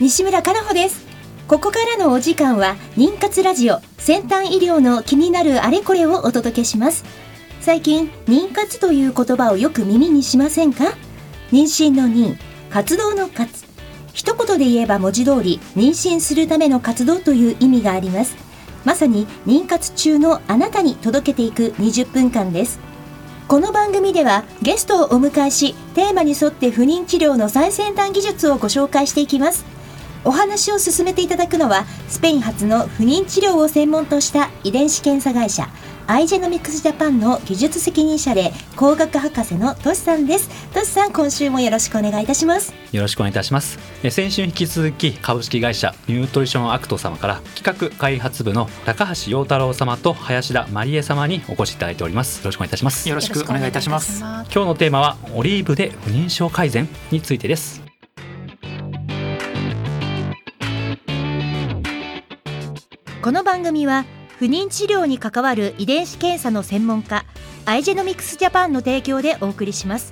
西村かなほです。ここからのお時間は妊活ラジオ、先端医療の気になるあれこれをお届けします。最近妊活という言葉をよく耳にしませんか？妊娠の妊、活動の活、一言で言えば文字通り妊娠するための活動という意味があります。まさに妊活中のあなたに届けていく20分間です。この番組ではゲストをお迎えし、テーマに沿って不妊治療の最先端技術をご紹介していきます。お話を進めていただくのは、スペイン発の不妊治療を専門とした遺伝子検査会社アイジェノミクスジャパンの技術責任者で工学博士のトシさんです。トシさん、今週もよろしくお願いいたします。 よろしくお願いいたします。先週に引き続き株式会社ニュートリションアクト様から企画開発部の高橋陽太郎様と林田真理恵様にお越しいただいております。よろしくお願いいたします。 よろしくお願いいたします。 今日のテーマはオリーブで不妊症改善についてです。 この番組は不妊治療に関わる遺伝子検査の専門家アイジェノミクスジャパンの提供でお送りします。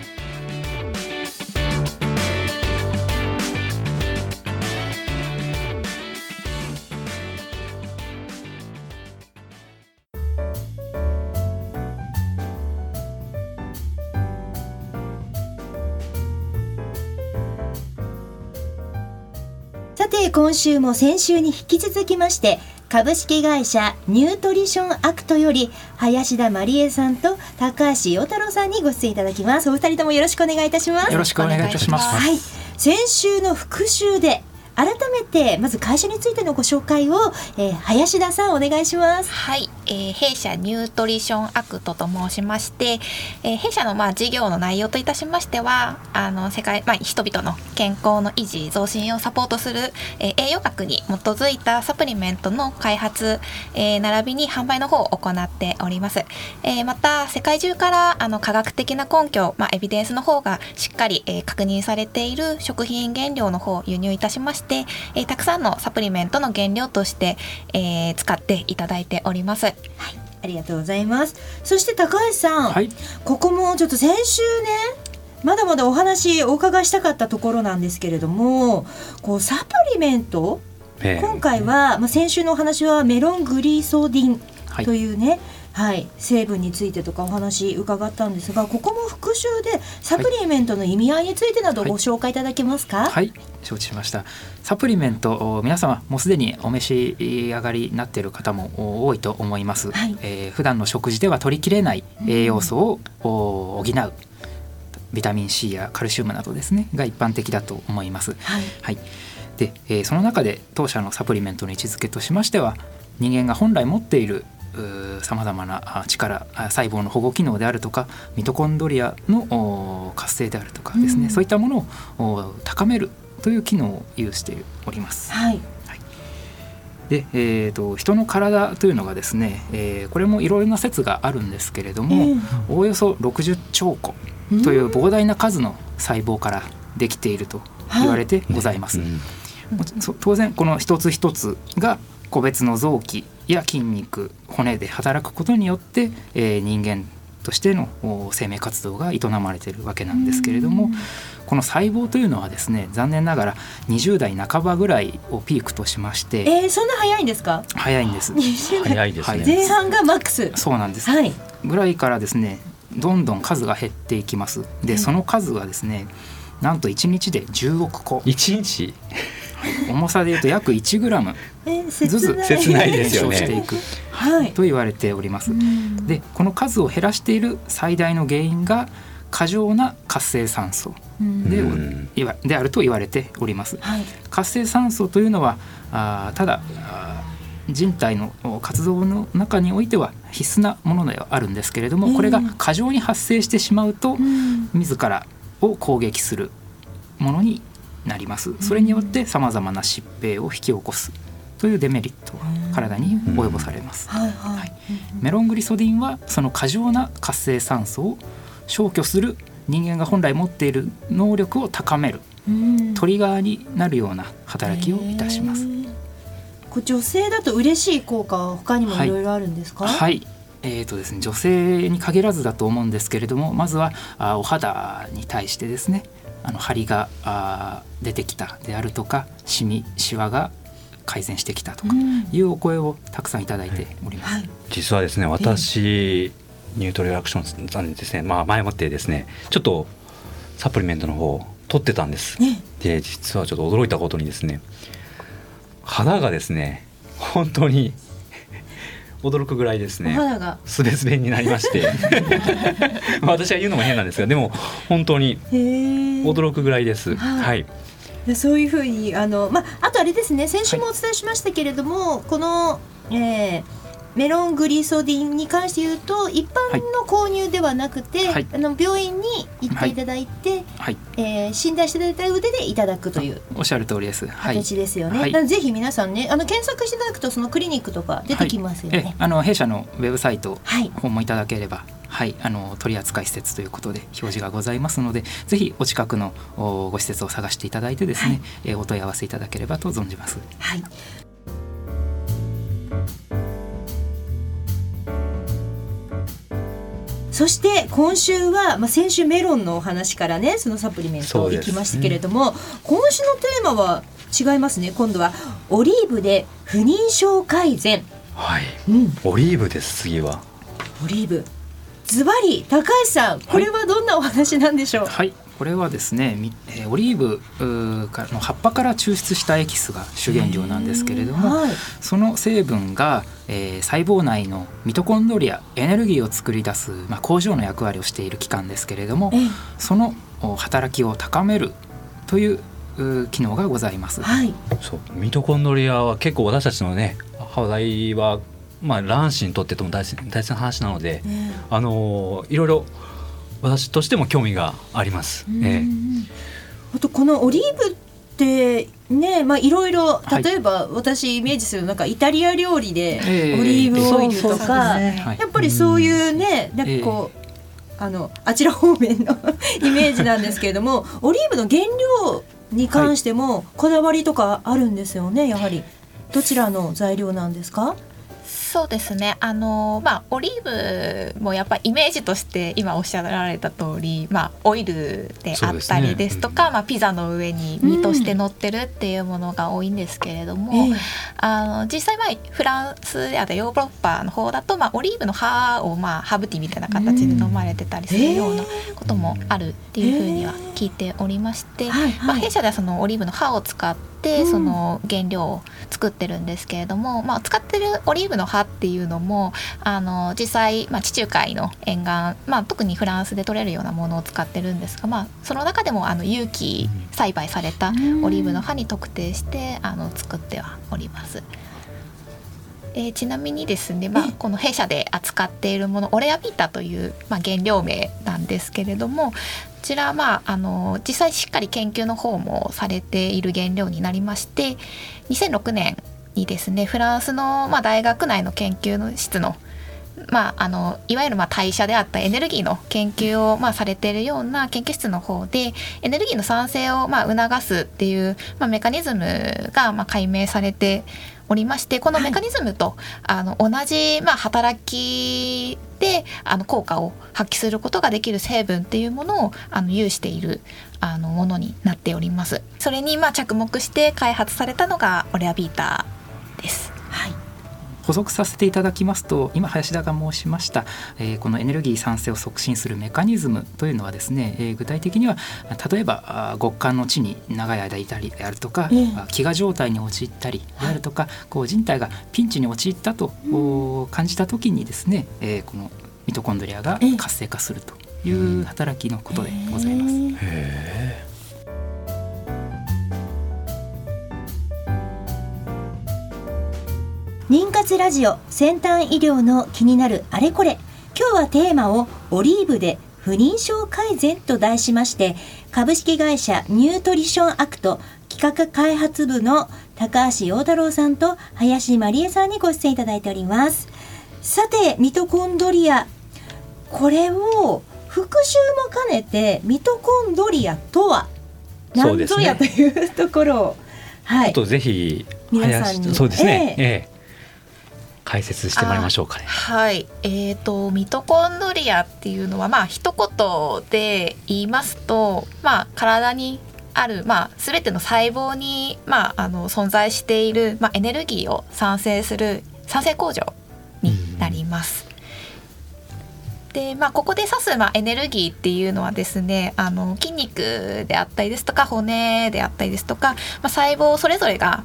さて、今週も先週に引き続きまして株式会社ニュートリションアクトより林田真理恵さんと高橋陽太郎さんにご出演いただきます。お二人ともよろしくお願いいたします。 よろしくお願いいたします。 はい、先週の復習で改めてまず会社についてのご紹介を、林田さんお願いします。 はい、弊社ニュートリションアクトと申しまして、弊社の事業の内容といたしましては世界、人々の健康の維持増進をサポートする、栄養学に基づいたサプリメントの開発、並びに販売の方を行っております。また世界中から科学的な根拠、エビデンスの方がしっかり、確認されている食品原料の方を輸入いたしまして、たくさんのサプリメントの原料として、使っていただいております。はい、 ありがとうございます。そして高橋さん、 はい、 ここもちょっと先週ね、まだまだお話お伺いしたかったところなんですけれども、サプリメント、今回は、先週のお話はメロングリソディンというね、成分についてとかお話伺ったんですが、ここも復習でサプリメントの意味合いについてなどご紹介いただけますか？ はい、承知しました。サプリメント、皆様もうすでにお召し上がりになっている方も多いと思います。普段の食事では取りきれない栄養素を補うビタミン C やカルシウムなどですねが一般的だと思います。で、その中で当社のサプリメントの位置づけとしましては、人間が本来持っているさまざまな力、細胞の保護機能であるとかミトコンドリアの活性であるとかですね、そういったものを高めるという機能を有しております。で、人の体というのがですね、これもいろいろな説があるんですけれども、おおよそ60兆個という膨大な数の細胞からできていると言われてございます。当然この一つ一つが個別の臓器や筋肉、骨で働くことによって、人間としての生命活動が営まれているわけなんですけれども、この細胞というのはですね、残念ながら20代半ばぐらいをピークとしまして、 そんな早いんですか？ 早いんです。 早いですね。 前半がマックス。 そうなんです、ぐらいからですね、どんどん数が減っていきます。で、その数はですね、なんと1日で10億個。 1日重さでいうと約1グラムずつ切ないですよね。 減少していく、と言われております。で、この数を減らしている最大の原因が過剰な活性酸素であると言われております。活性酸素というのはただ人体の活動の中においては必須なものではあるんですけれども、これが過剰に発生してしまうと、自らを攻撃するものになります。それによってさまざまな疾病を引き起こすというデメリットが体に及ぼされます。メロングリソディンはその過剰な活性酸素を消去する、人間が本来持っている能力を高めるトリガーになるような働きをいたします。 女性だと嬉しい効果は他にもいろいろあるんですか？ ですね、女性に限らずだと思うんですけれども、まずはお肌に対してですね、 張りが出てきたであるとか、シミシワが改善してきたとかいうお声をたくさんいただいております。 実はですね、私ニュートリアクションさんにですね、前もってですねちょっとサプリメントの方を取ってたんです。で実はちょっと驚いたことにですね、肌がですね本当に驚くぐらいですね、スベスベになりまして私が言うのも変なんですが、でも本当に驚くぐらいです。はい、 そういうふうにあとあれですね、先週もお伝えしましたけれども、この、メロングリソディンに関して言うと一般の購入ではなくて、病院に行っていただいて、診断していただいた腕でいただくというおっしゃる通りです。 形ですよね。ぜひ皆さんね、検索していただくとそのクリニックとか出てきますよね。 弊社のウェブサイト訪問いただければ、取扱施設ということで表示がございますので、ぜひお近くのご施設を探していただいてですね、お問い合わせいただければと存じます。 そして今週は、先週メロンのお話からね、そのサプリメントいきましたけれども、今週のテーマは違いますね。今度はオリーブで不妊症改善。 オリーブです。次はオリーブ。ズバリ高橋さん、これはどんなお話なんでしょう。 これはですね、オリーブの葉っぱから抽出したエキスが主原料なんですけれども、その成分が、細胞内のミトコンドリア、エネルギーを作り出す、工場の役割をしている器官ですけれども、その働きを高めるという機能がございます。 ミトコンドリアは結構私たちのね話題は、卵子にとってとも大事な話なので、いろいろ私としても興味があります。 あとこのオリーブってね、いろいろ、例えば私イメージするイタリア料理でオリーブオイルとか、やっぱりそういうね、なんかこうあちら方面のイメージなんですけれども、オリーブの原料に関してもこだわりとかあるんですよね。やはりどちらの材料なんですか。 そうですね、オリーブもやっぱりイメージとして今おっしゃられた通り、オイルであったりですとか、ピザの上に身として乗ってるっていうものが多いんですけれども、実際フランスやヨーロッパの方だと、オリーブの葉をハーブティーみたいな形で飲まれてたりするようなこともあるっていうふうには聞いておりまして、弊社ではそのオリーブの葉を使ってその原料を作ってるんですけれども、使ってるオリーブの葉っていうのも実際、地中海の沿岸、特にフランスで取れるようなものを使ってるんですが、その中でも有機栽培されたオリーブの葉に特定して作ってはおります。ちなみにですね、この弊社で扱っているもの、オレアビータという、原料名なんですけれども、こちら実際しっかり研究の方もされている原料になりまして、2006年にですね、フランスの、大学内の研究の室の、いわゆる代謝であったエネルギーの研究をされているような研究室の方で、エネルギーの産生を促すっていう、メカニズムが解明されておりまして、このメカニズムと、同じ働きで効果を発揮することができる成分っていうものを有しているものになっております。それに着目して開発されたのがオレアビータです。 補足させていただきますと、今林田が申しました、このエネルギー産生を促進するメカニズムというのはですね、具体的には例えば極寒の地に長い間いたりであるとか、飢餓状態に陥ったりであるとか、人体がピンチに陥ったと感じた時にですね、このミトコンドリアが活性化するという働きのことでございます。 妊活ラジオ先端医療の気になるあれこれ。今日はテーマをオリーブで不妊症改善と題しまして、株式会社ニュートリションアクト企画開発部の高橋陽太郎さんと林真理恵さんにご出演いただいております。さて、ミトコンドリア、これを復習も兼ねて、ミトコンドリアとは何ぞやというところを、 ちょっとぜひ皆さんにそうですね、 解説してもらいましょうかね。 はい、ミトコンドリアっていうのは一言で言いますと、体にある、全ての細胞に、存在している、エネルギーを産生する産生工場になります。でここで指す、エネルギーっていうのはですね、筋肉であったりですとか骨であったりですとか、細胞それぞれが、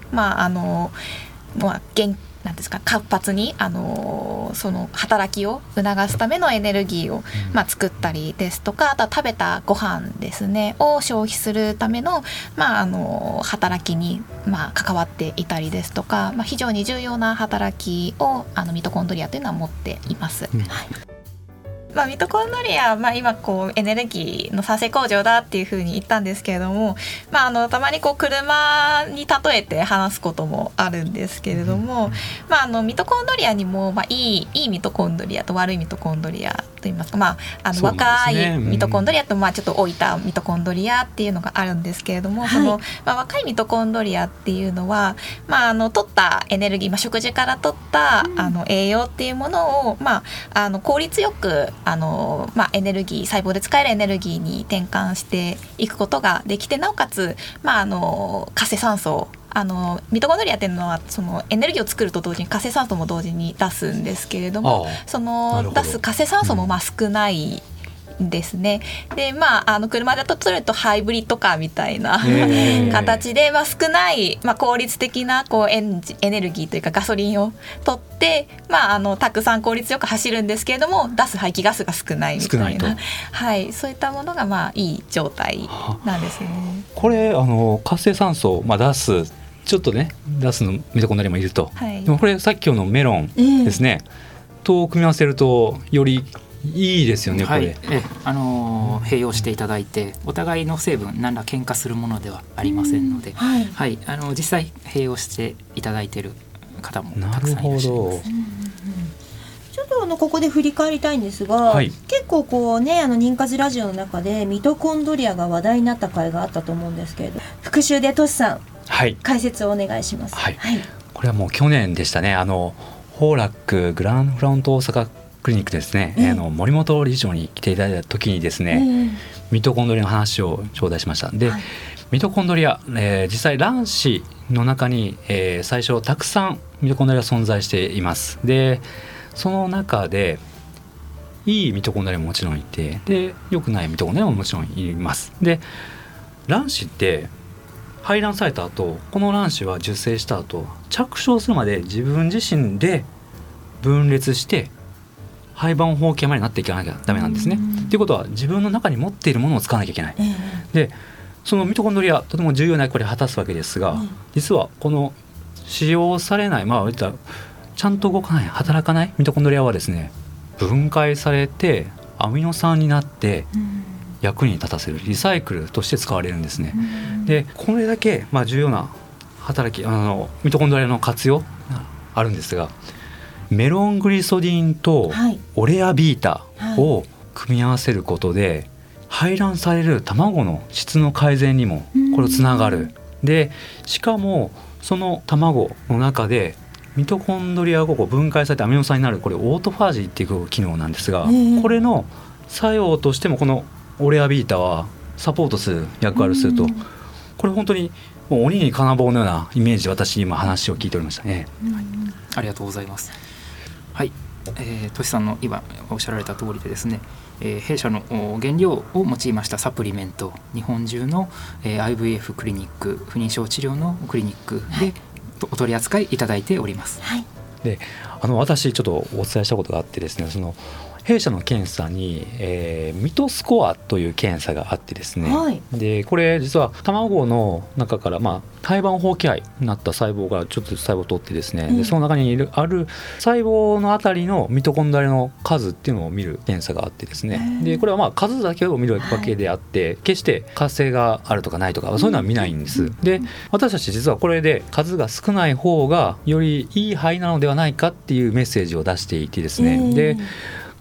なんですか、活発に、その働きを促すためのエネルギーを、作ったりですとか、あとは食べたご飯ですねを消費するための、働きに、関わっていたりですとか、非常に重要な働きをミトコンドリアというのは持っています。ミトコンドリア、今エネルギーの産生工場だっていうふうに言ったんですけれども、たまに車に例えて話すこともあるんですけれども、ミトコンドリアにも、いいミトコンドリアと悪いミトコンドリアといいますか、若いミトコンドリアと、ちょっと老いたミトコンドリアっていうのがあるんですけれども、その、若いミトコンドリアっていうのは、取ったエネルギー、食事から取った栄養っていうものを、効率よくエネルギー、細胞で使えるエネルギーに転換していくことができて、なおかつ、活性酸素、ミトコンドリアっていうのはそのエネルギーを作ると同時に活性酸素も同時に出すんですけれども、その出す活性酸素も少ないですね。で車だと取るとハイブリッドカーみたいな形で、少ない、効率的なエネルギーというかガソリンを取って、たくさん効率よく走るんですけれども、出す排気ガスが少ないみたいな、そういったものがいい状態なんですね。 これ活性酸素を出すちょっとね出すのミトコンドリアもいると、でもこれさっきのメロンですね、と組み合わせるとよりいいですよね。これ、 併用していただいて、お互いの成分何ら喧嘩するものではありませんので、実際併用していただいている方もたくさんいらっしゃいます。 ちょっとここで振り返りたいんですが、結構妊活ラジオの中でミトコンドリアが話題になった回があったと思うんですけれど、復習でトシさん、解説をお願いします。 これはもう去年でしたね。ホーラックグランフロント大阪クリニックですね、森本理事長に来ていただいた時にですね、ミトコンドリアの話を頂戴しました。で、ミトコンドリア、実際卵子の中に、最初たくさんミトコンドリア存在しています。でその中でいいミトコンドリアももちろんいて、で良くないミトコンドリアももちろんいます。で卵子って排卵された後、この卵子は受精した後着床するまで自分自身で分裂して胚盤包茎までなっていかなきゃダメなんですね。ということは自分の中に持っているものを使わなきゃいけない。でそのミトコンドリアとても重要な役割を果たすわけですが、実はこの使用されない、ちゃんと動かない働かないミトコンドリアはですね、分解されてアミノ酸になって役に立たせるリサイクルとして使われるんですね。でこれだけ重要な働きミトコンドリアの活用あるんですが、メロングリソディンとオレアビータを組み合わせることで、排卵される卵の質の改善にもこれつながる。でしかもその卵の中でミトコンドリアが分解されてアミノ酸になる、これオートファージーっていう機能なんですが、これの作用としてもこのオレアビータはサポートする役割をすると、これ本当にもう鬼に金棒のようなイメージ、私今話を聞いておりましたね。 ありがとうございます。トシさんの今おっしゃられた通りでですね、弊社の原料を用いましたサプリメント、日本中の、IVF クリニック、不妊症治療のクリニックでお取り扱いいただいております。 で私ちょっとお伝えしたことがあってですね、その弊社の検査に、ミトスコアという検査があってですね、でこれ実は卵の中から胎盤包茎になった細胞がちょっとずつ細胞を取ってですね、でその中にある細胞のあたりのミトコンドリアの数っていうのを見る検査があってですね、でこれは数だけを見るわけであって、決して活性があるとかないとかそういうのは見ないんです。で私たち実はこれで数が少ない方がよりいい胚なのではないかっていうメッセージを出していてですね、で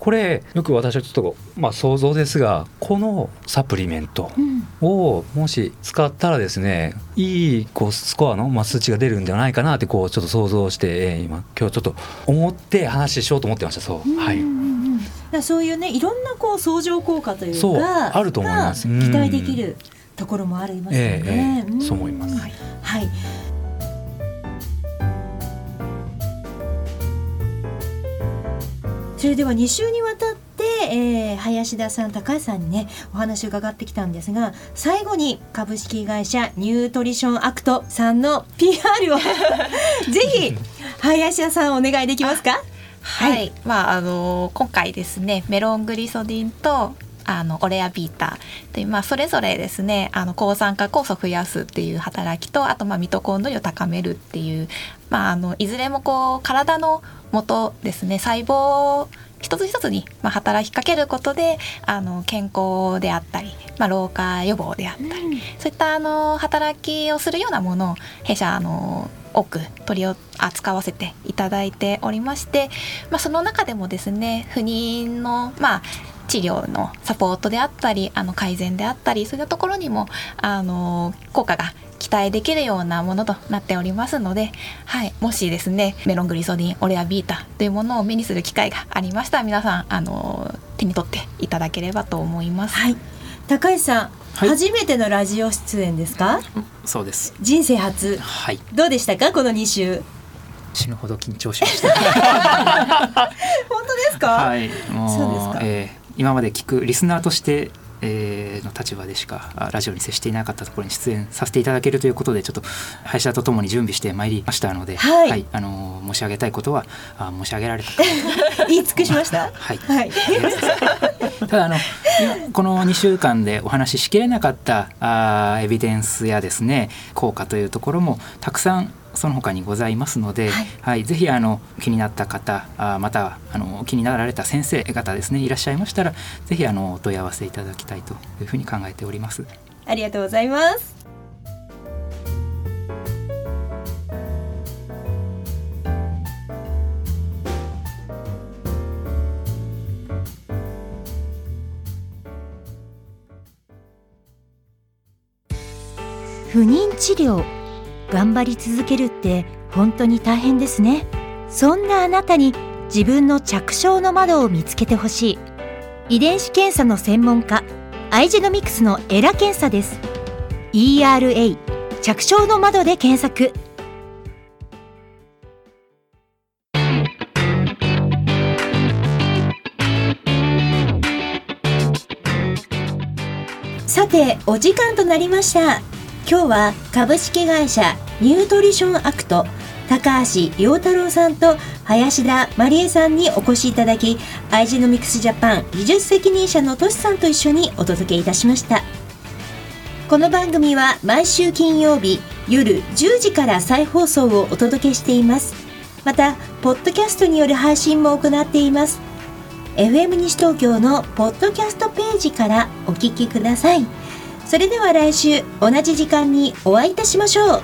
これよく私はちょっと想像ですが、このサプリメントをもし使ったらですね、いいスコアの数値が出るんではないかなってちょっと想像して、今日ちょっと思って話しようと思ってました。 そういうね、いろんな相乗効果というかあると思います。 期待できるところもありますよね。 そう思います。 はい。それでは2週にわたって、林田さん、高橋さんにねお話を伺ってきたんですが、最後に株式会社ニュートリションアクトさんの PR をぜひ林田さんお願いできますか？ はい、今回ですね、メロングリソディンとオレアビータという、それぞれですね、抗酸化酵素を増やすっていう働きと、あとミトコンドリアを高めるっていう、いずれも体の元ですね、細胞一つ一つに働きかけることで健康であったり、老化予防であったり、そういった働きをするようなものを弊社多く取り扱わせていただいておりまして、その中でもですね、不妊の治療のサポートであったり改善であったり、そういったところにも効果が期待できるようなものとなっておりますので、もしですねメロングリソディン、オレアビータというものを目にする機会がありましたら、皆さん手に取っていただければと思います。 高橋さん、初めてのラジオ出演ですか？ そうです。 人生初。どうでしたか、この2週？ 死ぬほど緊張しました。 本当ですか？ もうそうですか。 今まで聞くリスナーとしての立場でしかラジオに接していなかったところに出演させていただけるということで、ちょっと林田とともに準備してまいりましたので、申し上げたいことは申し上げられた言い尽くしました。 ただこの2週間でお話ししきれなかったエビデンスやですね、効果というところもたくさんその他にございますので、ぜひ気になった方、また気になられた先生方ですね、いらっしゃいましたら、ぜひお問い合わせいただきたいというふうに考えております。 ありがとうございます。不妊治療、頑張り続けるって本当に大変ですね。そんなあなたに自分の着床の窓を見つけてほしい。遺伝子検査の専門家、アイジェノミクスのエラ検査です。 ERA 着床の窓で検索。さて、お時間となりました。今日は株式会社ニュートリションアクト高橋陽太郎さんと林田真理恵さんにお越しいただき、アイジェノミクスジャパン技術責任者のトシさんと一緒にお届けいたしました。この番組は毎週金曜日夜10時から再放送をお届けしています。またポッドキャストによる配信も行っています。 FM 西東京のポッドキャストページからお聞きください。それでは来週同じ時間にお会いいたしましょう。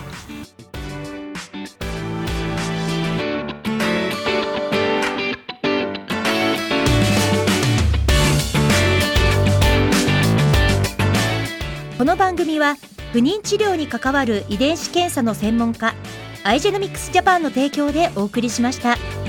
この番組は不妊治療に関わる遺伝子検査の専門家アイジェノミクスジャパンの提供でお送りしました。